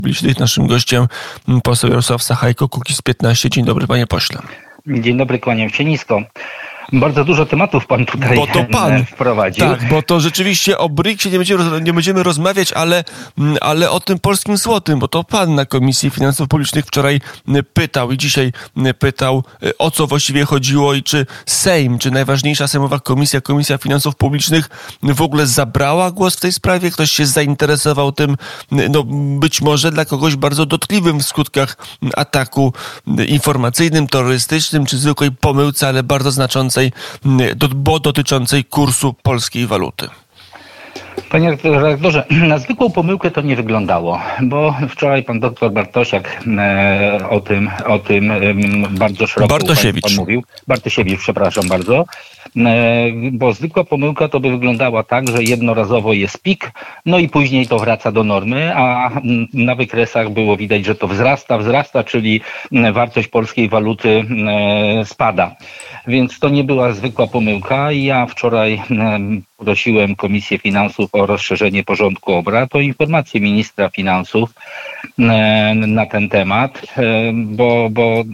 Publicznych. Naszym gościem poseł Jarosław Sachajko, Kukiz15. Dzień dobry, panie pośle. Dzień dobry, kłaniam się nisko. Bardzo dużo tematów pan tutaj wprowadził. Tak, bo to rzeczywiście o BRICS-ie nie będziemy rozmawiać, ale o tym polskim złotym, bo to pan na Komisji Finansów Publicznych wczoraj pytał i dzisiaj pytał, o co właściwie chodziło i czy Sejm, czy najważniejsza sejmowa Komisja Finansów Publicznych w ogóle zabrała głos w tej sprawie? Ktoś się zainteresował tym, być może dla kogoś bardzo dotkliwym w skutkach ataku informacyjnym, terrorystycznym, czy zwykłej pomyłce, ale bardzo znaczącej, bo dotyczącej kursu polskiej waluty. Panie redaktorze, na zwykłą pomyłkę to nie wyglądało, bo wczoraj pan doktor Bartosiak o tym bardzo szeroko pan mówił. Bartosiewicz, przepraszam bardzo. Bo zwykła pomyłka to by wyglądała tak, że jednorazowo jest pik, no i później to wraca do normy, a na wykresach było widać, że to wzrasta, czyli wartość polskiej waluty spada. Więc to nie była zwykła pomyłka. Ja wczoraj prosiłem Komisję Finansów o rozszerzenie porządku obrad, o informację ministra finansów na ten temat, bo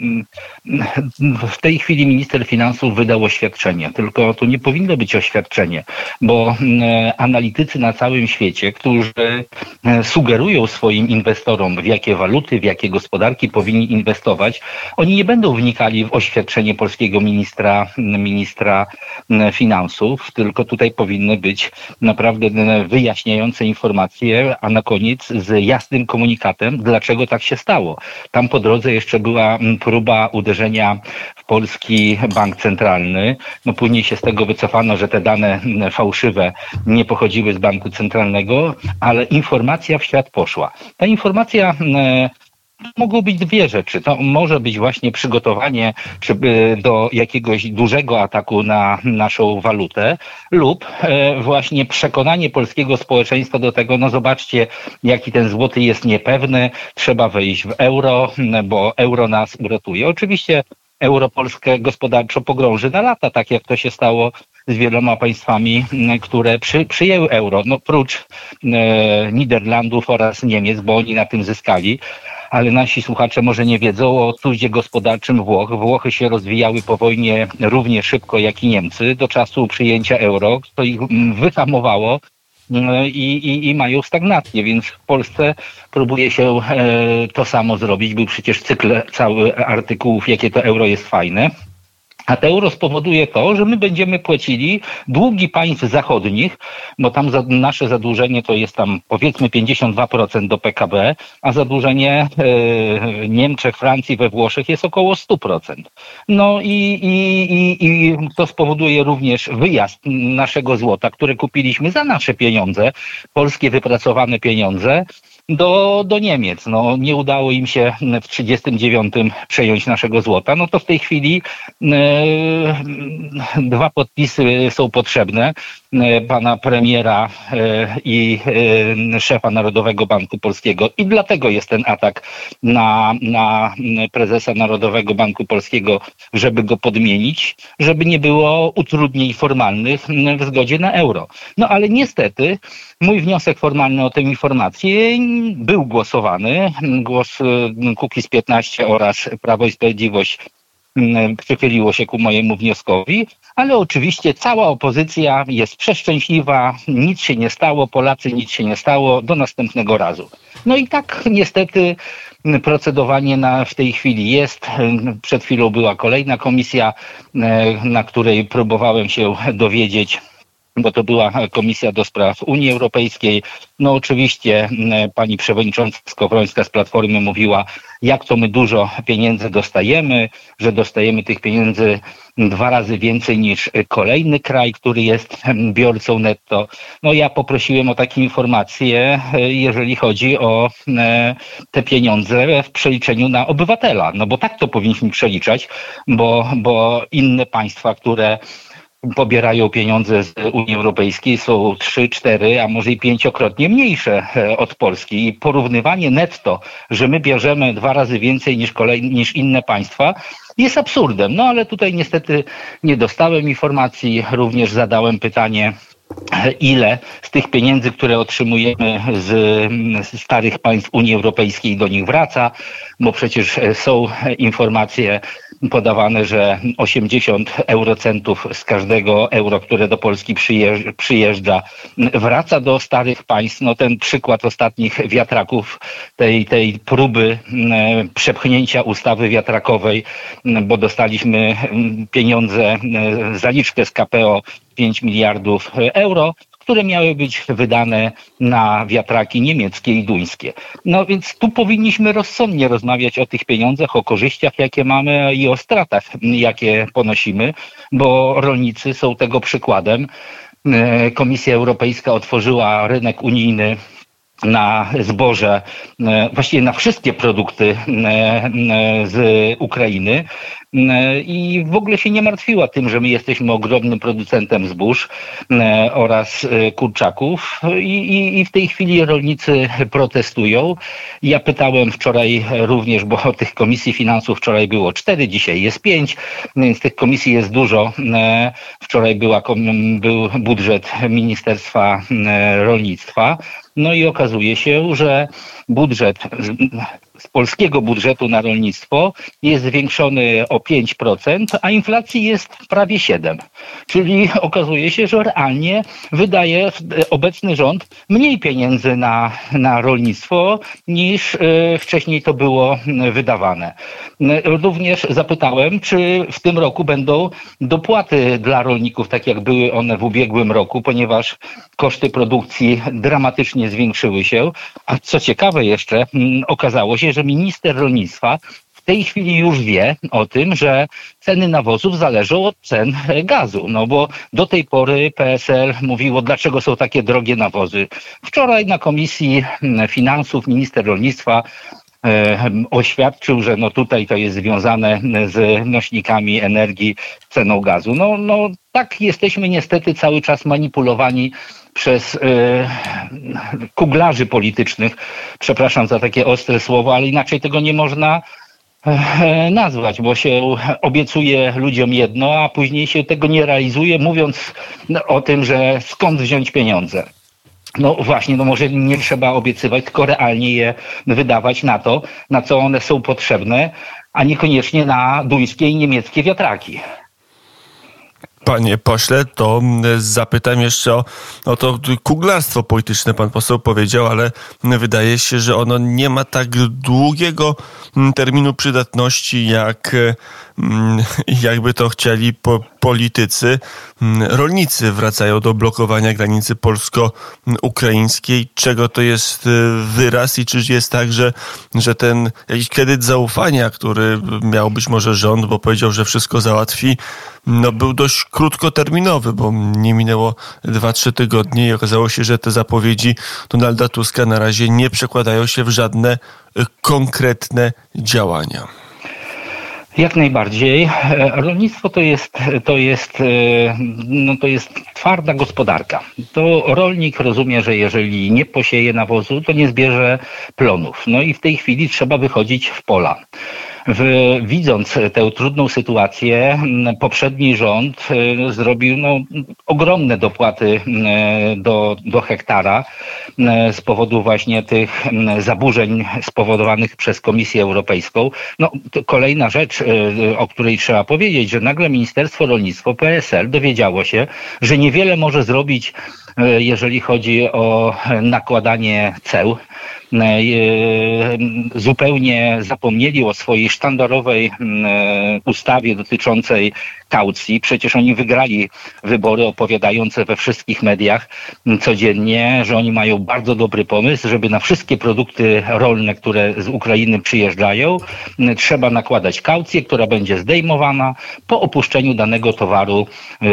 w tej chwili minister finansów wydał oświadczenie, tylko tu nie powinno być oświadczenie, bo analitycy na całym świecie, którzy sugerują swoim inwestorom, w jakie waluty, w jakie gospodarki powinni inwestować, oni nie będą wnikali w oświadczenie polskiego ministra finansów, tylko tutaj powinny być naprawdę wyjaśniające informacje, a na koniec z jasnym komunikatem, dlaczego tak się stało. Tam po drodze jeszcze była próba uderzenia w polski bank centralny. No później się z tego wycofano, że te dane fałszywe nie pochodziły z banku centralnego, ale informacja w świat poszła. Ta informacja mogą być dwie rzeczy. To może być właśnie przygotowanie do jakiegoś dużego ataku na naszą walutę lub właśnie przekonanie polskiego społeczeństwa do tego, no zobaczcie, jaki ten złoty jest niepewny, trzeba wejść w euro, bo euro nas uratuje. Oczywiście euro Polskę gospodarczo pogrąży na lata, tak jak to się stało z wieloma państwami, które przyjęły euro. No prócz Niderlandów oraz Niemiec, bo oni na tym zyskali. Ale nasi słuchacze może nie wiedzą o cudzie gospodarczym Włoch. Włochy się rozwijały po wojnie równie szybko jak i Niemcy do czasu przyjęcia euro, to ich wyhamowało i mają stagnację, więc w Polsce próbuje się to samo zrobić. Był przecież cykl cały artykułów, jakie to euro jest fajne. A to euro spowoduje to, że my będziemy płacili długi państw zachodnich, bo tam nasze zadłużenie to jest tam powiedzmy 52% do PKB, a zadłużenie Niemczech, Francji, we Włoszech jest około 100%. No i to spowoduje również wyjazd naszego złota, które kupiliśmy za nasze pieniądze, polskie wypracowane pieniądze, do Niemiec. No, nie udało im się w 1939 przejąć naszego złota. No to w tej chwili dwa podpisy są potrzebne. Pana premiera i szefa Narodowego Banku Polskiego. I dlatego jest ten atak na prezesa Narodowego Banku Polskiego, żeby go podmienić, żeby nie było utrudnień formalnych w zgodzie na euro. No ale niestety mój wniosek formalny o tę informację był głosowany. Głos Kukiz15 oraz Prawo i Sprawiedliwość przychyliło się ku mojemu wnioskowi, ale oczywiście cała opozycja jest przeszczęśliwa, nic się nie stało, Polacy, nic się nie stało, do następnego razu. No i tak niestety procedowanie w tej chwili jest. Przed chwilą była kolejna komisja, na której próbowałem się dowiedzieć, bo to była Komisja do Spraw Unii Europejskiej. No oczywiście pani przewodnicząca Skowrońska z Platformy mówiła, jak to my dużo pieniędzy dostajemy, że dostajemy tych pieniędzy 2 razy więcej niż kolejny kraj, który jest biorcą netto. No ja poprosiłem o takie informacje, jeżeli chodzi o te pieniądze w przeliczeniu na obywatela. No bo tak to powinniśmy przeliczać, bo inne państwa, które pobierają pieniądze z Unii Europejskiej, są 3, 4, a może i 5-krotnie mniejsze od Polski. I porównywanie netto, że my bierzemy 2 razy więcej niż inne państwa, jest absurdem. No ale tutaj niestety nie dostałem informacji. Również zadałem pytanie ile z tych pieniędzy, które otrzymujemy z starych państw Unii Europejskiej, do nich wraca, bo przecież są informacje podawane, że 80 eurocentów z każdego euro, które do Polski przyjeżdża, wraca do starych państw. No ten przykład ostatnich wiatraków, tej próby przepchnięcia ustawy wiatrakowej, bo dostaliśmy pieniądze, zaliczkę z KPO 5 miliardów euro, które miały być wydane na wiatraki niemieckie i duńskie. No więc tu powinniśmy rozsądnie rozmawiać o tych pieniądzach, o korzyściach, jakie mamy i o stratach, jakie ponosimy, bo rolnicy są tego przykładem. Komisja Europejska otworzyła rynek unijny na zboże, właściwie na wszystkie produkty z Ukrainy i w ogóle się nie martwiła tym, że my jesteśmy ogromnym producentem zbóż oraz kurczaków i w tej chwili rolnicy protestują. Ja pytałem wczoraj również, bo tych komisji finansów wczoraj było 4, dzisiaj jest 5, więc tych komisji jest dużo. Wczoraj był budżet Ministerstwa Rolnictwa. No i okazuje się, że budżet z polskiego budżetu na rolnictwo jest zwiększony o 5%, a inflacji jest prawie 7%. Czyli okazuje się, że realnie wydaje obecny rząd mniej pieniędzy na rolnictwo niż wcześniej to było wydawane. Również zapytałem, czy w tym roku będą dopłaty dla rolników, tak jak były one w ubiegłym roku, ponieważ koszty produkcji dramatycznie zwiększyły się. A co ciekawe jeszcze, okazało się, że minister rolnictwa w tej chwili już wie o tym, że ceny nawozów zależą od cen gazu. No bo do tej pory PSL mówiło, dlaczego są takie drogie nawozy. Wczoraj na Komisji Finansów minister rolnictwa oświadczył, że no tutaj to jest związane z nośnikami energii, ceną gazu. No tak jesteśmy niestety cały czas manipulowani przez kuglarzy politycznych. Przepraszam za takie ostre słowo, ale inaczej tego nie można nazwać, bo się obiecuje ludziom jedno, a później się tego nie realizuje, mówiąc o tym, że skąd wziąć pieniądze. No właśnie, no może nie trzeba obiecywać, tylko realnie je wydawać na to, na co one są potrzebne, a niekoniecznie na duńskie i niemieckie wiatraki. Panie pośle, to zapytam jeszcze o to kuglarstwo polityczne. Pan poseł powiedział, ale wydaje się, że ono nie ma tak długiego terminu przydatności, jakby to chcieli politycy. Rolnicy wracają do blokowania granicy polsko-ukraińskiej. Czego to jest wyraz i czy jest tak, że ten jakiś kredyt zaufania, który miał być może rząd, bo powiedział, że wszystko załatwi, no był dość krótkoterminowy, bo nie minęło 2-3 tygodnie i okazało się, że te zapowiedzi Donalda Tuska na razie nie przekładają się w żadne konkretne działania. Jak najbardziej. Rolnictwo to jest twarda gospodarka. To rolnik rozumie, że jeżeli nie posieje nawozu, to nie zbierze plonów. No i w tej chwili trzeba wychodzić w pola. Widząc tę trudną sytuację, poprzedni rząd zrobił ogromne dopłaty do hektara z powodu właśnie tych zaburzeń spowodowanych przez Komisję Europejską. No, to kolejna rzecz, o której trzeba powiedzieć, że nagle Ministerstwo Rolnictwa, PSL, dowiedziało się, że niewiele może zrobić, jeżeli chodzi o nakładanie ceł. Zupełnie zapomnieli o swojej sztandarowej ustawie dotyczącej kaucji. Przecież oni wygrali wybory, opowiadające we wszystkich mediach codziennie, że oni mają bardzo dobry pomysł, żeby na wszystkie produkty rolne, które z Ukrainy przyjeżdżają, trzeba nakładać kaucję, która będzie zdejmowana po opuszczeniu danego towaru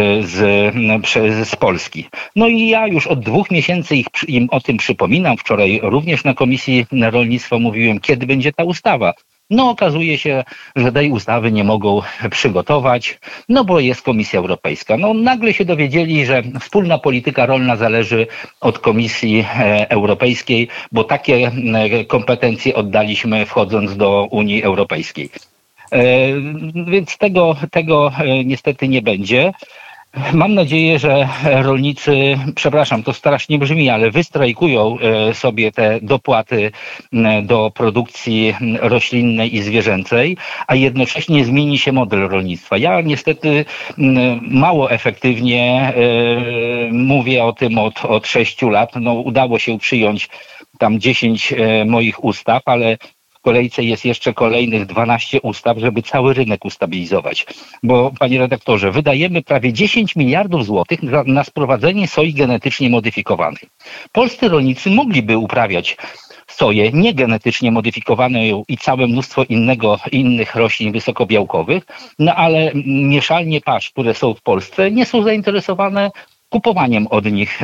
z Polski. No i ja już od 2 miesięcy im o tym przypominam. Wczoraj również na Komisji Rolnictwa mówiłem, kiedy będzie ta ustawa. No okazuje się, że tej ustawy nie mogą przygotować, no bo jest Komisja Europejska. No nagle się dowiedzieli, że wspólna polityka rolna zależy od Komisji Europejskiej, bo takie kompetencje oddaliśmy wchodząc do Unii Europejskiej. Więc tego niestety nie będzie. Mam nadzieję, że rolnicy, przepraszam, to strasznie brzmi, ale wystrajkują sobie te dopłaty do produkcji roślinnej i zwierzęcej, a jednocześnie zmieni się model rolnictwa. Ja niestety mało efektywnie mówię o tym od 6 lat. No, udało się przyjąć tam 10 moich ustaw, ale w kolejce jest jeszcze kolejnych 12 ustaw, żeby cały rynek ustabilizować. Bo, panie redaktorze, wydajemy prawie 10 miliardów złotych na sprowadzenie soi genetycznie modyfikowanej. Polscy rolnicy mogliby uprawiać soję niegenetycznie modyfikowaną i całe mnóstwo innych roślin wysokobiałkowych, no ale mieszalnie pasz, które są w Polsce, nie są zainteresowane kupowaniem od nich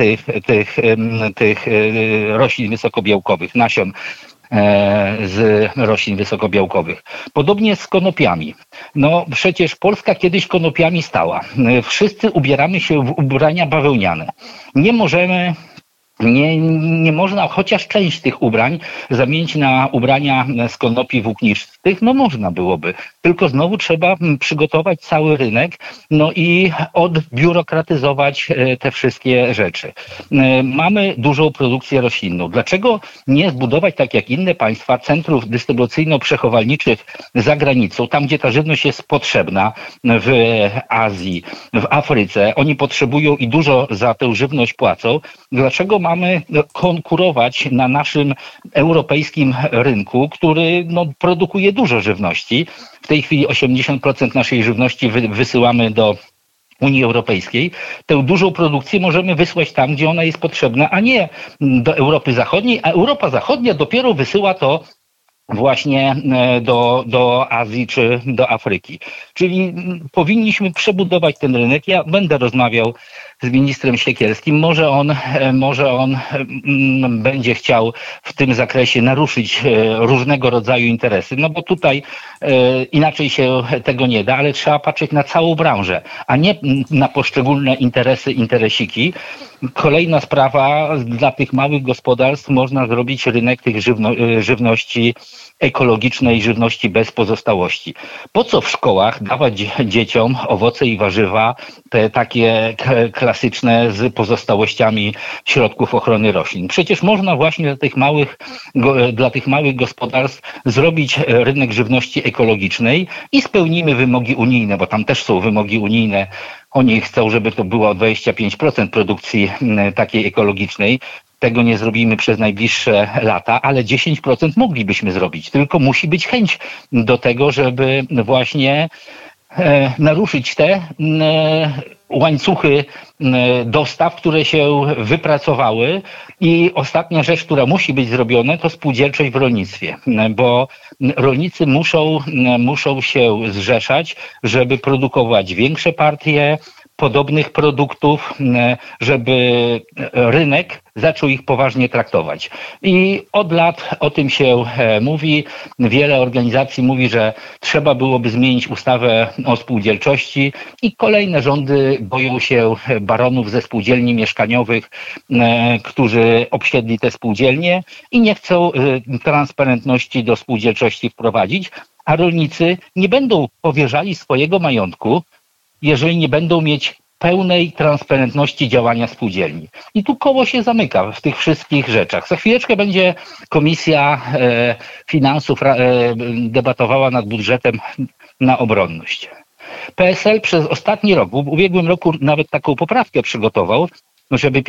tych roślin wysokobiałkowych, nasion z roślin wysokobiałkowych. Podobnie z konopiami. No przecież Polska kiedyś konopiami stała. Wszyscy ubieramy się w ubrania bawełniane. Nie można chociaż część tych ubrań zamienić na ubrania z konopi włóknistych, no można byłoby. Tylko znowu trzeba przygotować cały rynek, no i odbiurokratyzować te wszystkie rzeczy. Mamy dużą produkcję roślinną. Dlaczego nie zbudować, tak jak inne państwa, centrów dystrybucyjno-przechowalniczych za granicą, tam gdzie ta żywność jest potrzebna, w Azji, w Afryce. Oni potrzebują i dużo za tę żywność płacą. Dlaczego mamy konkurować na naszym europejskim rynku, który produkuje dużo żywności? W tej chwili 80% naszej żywności wysyłamy do Unii Europejskiej. Tę dużą produkcję możemy wysłać tam, gdzie ona jest potrzebna, a nie do Europy Zachodniej, a Europa Zachodnia dopiero wysyła to właśnie do Azji czy do Afryki. Czyli powinniśmy przebudować ten rynek. Ja będę rozmawiał z ministrem Siekierskim. Może on będzie chciał w tym zakresie naruszyć różnego rodzaju interesy, no bo tutaj inaczej się tego nie da, ale trzeba patrzeć na całą branżę, a nie na poszczególne interesiki. Kolejna sprawa, dla tych małych gospodarstw można zrobić rynek tych żywności ekologicznej, żywności bez pozostałości. Po co w szkołach dawać dzieciom owoce i warzywa, te takie klasyczne z pozostałościami środków ochrony roślin? Przecież można właśnie dla tych małych gospodarstw zrobić rynek żywności ekologicznej i spełnimy wymogi unijne, bo tam też są wymogi unijne. Oni chcą, żeby to było 25% produkcji takiej ekologicznej. Tego nie zrobimy przez najbliższe lata, ale 10% moglibyśmy zrobić. Tylko musi być chęć do tego, żeby właśnie naruszyć te łańcuchy dostaw, które się wypracowały. I ostatnia rzecz, która musi być zrobiona, to spółdzielczość w rolnictwie, bo rolnicy muszą się zrzeszać, żeby produkować większe partie podobnych produktów, żeby rynek zaczął ich poważnie traktować. I od lat o tym się mówi. Wiele organizacji mówi, że trzeba byłoby zmienić ustawę o spółdzielczości i kolejne rządy boją się baronów ze spółdzielni mieszkaniowych, którzy obsiedli te spółdzielnie i nie chcą transparentności do spółdzielczości wprowadzić, a rolnicy nie będą powierzali swojego majątku, jeżeli nie będą mieć pełnej transparentności działania spółdzielni. I tu koło się zamyka w tych wszystkich rzeczach. Za chwileczkę będzie Komisja Finansów debatowała nad budżetem na obronność. PSL przez ostatni rok, w ubiegłym roku nawet taką poprawkę przygotował, żeby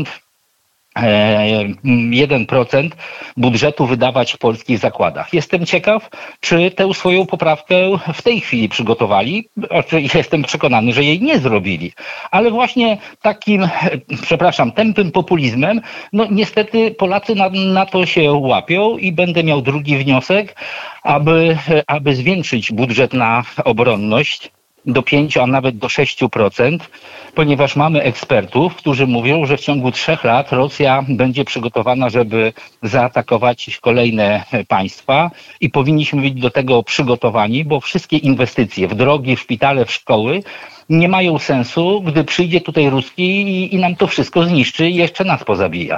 51% budżetu wydawać w polskich zakładach. Jestem ciekaw, czy tę swoją poprawkę w tej chwili przygotowali. Jestem przekonany, że jej nie zrobili. Ale właśnie takim, tępym populizmem, niestety Polacy na to się łapią i będę miał drugi wniosek, aby zwiększyć budżet na obronność do 5, a nawet do 6%, ponieważ mamy ekspertów, którzy mówią, że w ciągu 3 lat Rosja będzie przygotowana, żeby zaatakować kolejne państwa i powinniśmy być do tego przygotowani, bo wszystkie inwestycje w drogi, w szpitale, w szkoły nie mają sensu, gdy przyjdzie tutaj Ruski i nam to wszystko zniszczy i jeszcze nas pozabija.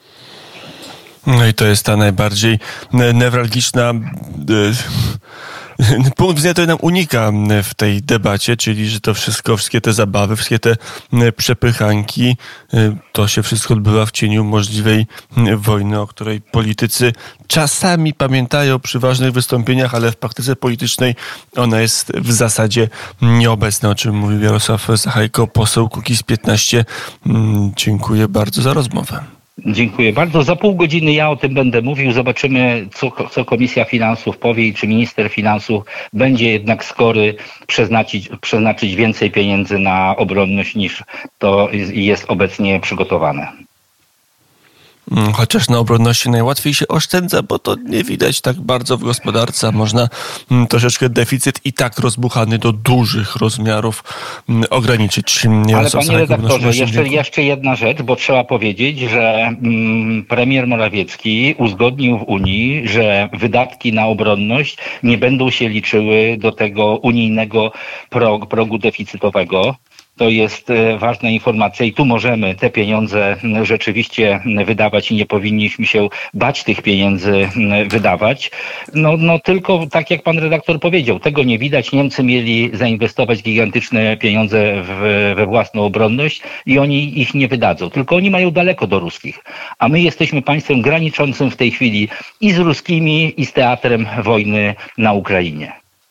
No i to jest ta najbardziej newralgiczna punkt widzenia, który nam unika w tej debacie, czyli że to wszystkie te zabawy, wszystkie te przepychanki, to się wszystko odbywa w cieniu możliwej wojny, o której politycy czasami pamiętają przy ważnych wystąpieniach, ale w praktyce politycznej ona jest w zasadzie nieobecna, o czym mówił Jarosław Sachajko, poseł Kukiz15. Dziękuję bardzo za rozmowę. Dziękuję bardzo. Za pół godziny ja o tym będę mówił. Zobaczymy, co Komisja Finansów powie i czy minister finansów będzie jednak skory przeznaczyć więcej pieniędzy na obronność niż to jest obecnie przygotowane. Chociaż na obronności najłatwiej się oszczędza, bo to nie widać tak bardzo w gospodarce. Można troszeczkę deficyt i tak rozbuchany do dużych rozmiarów ograniczyć. Ale panie redaktorze, jeszcze jedna rzecz, bo trzeba powiedzieć, że premier Morawiecki uzgodnił w Unii, że wydatki na obronność nie będą się liczyły do tego unijnego progu deficytowego. To jest ważna informacja i tu możemy te pieniądze rzeczywiście wydawać i nie powinniśmy się bać tych pieniędzy wydawać. No tylko tak jak pan redaktor powiedział, tego nie widać. Niemcy mieli zainwestować gigantyczne pieniądze we własną obronność i oni ich nie wydadzą. Tylko oni mają daleko do ruskich. A my jesteśmy państwem graniczącym w tej chwili i z ruskimi, i z teatrem wojny na Ukrainie.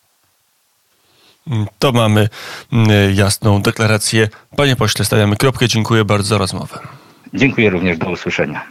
To mamy jasną deklarację. Panie pośle, stawiamy kropkę. Dziękuję bardzo za rozmowę. Dziękuję również. Do usłyszenia.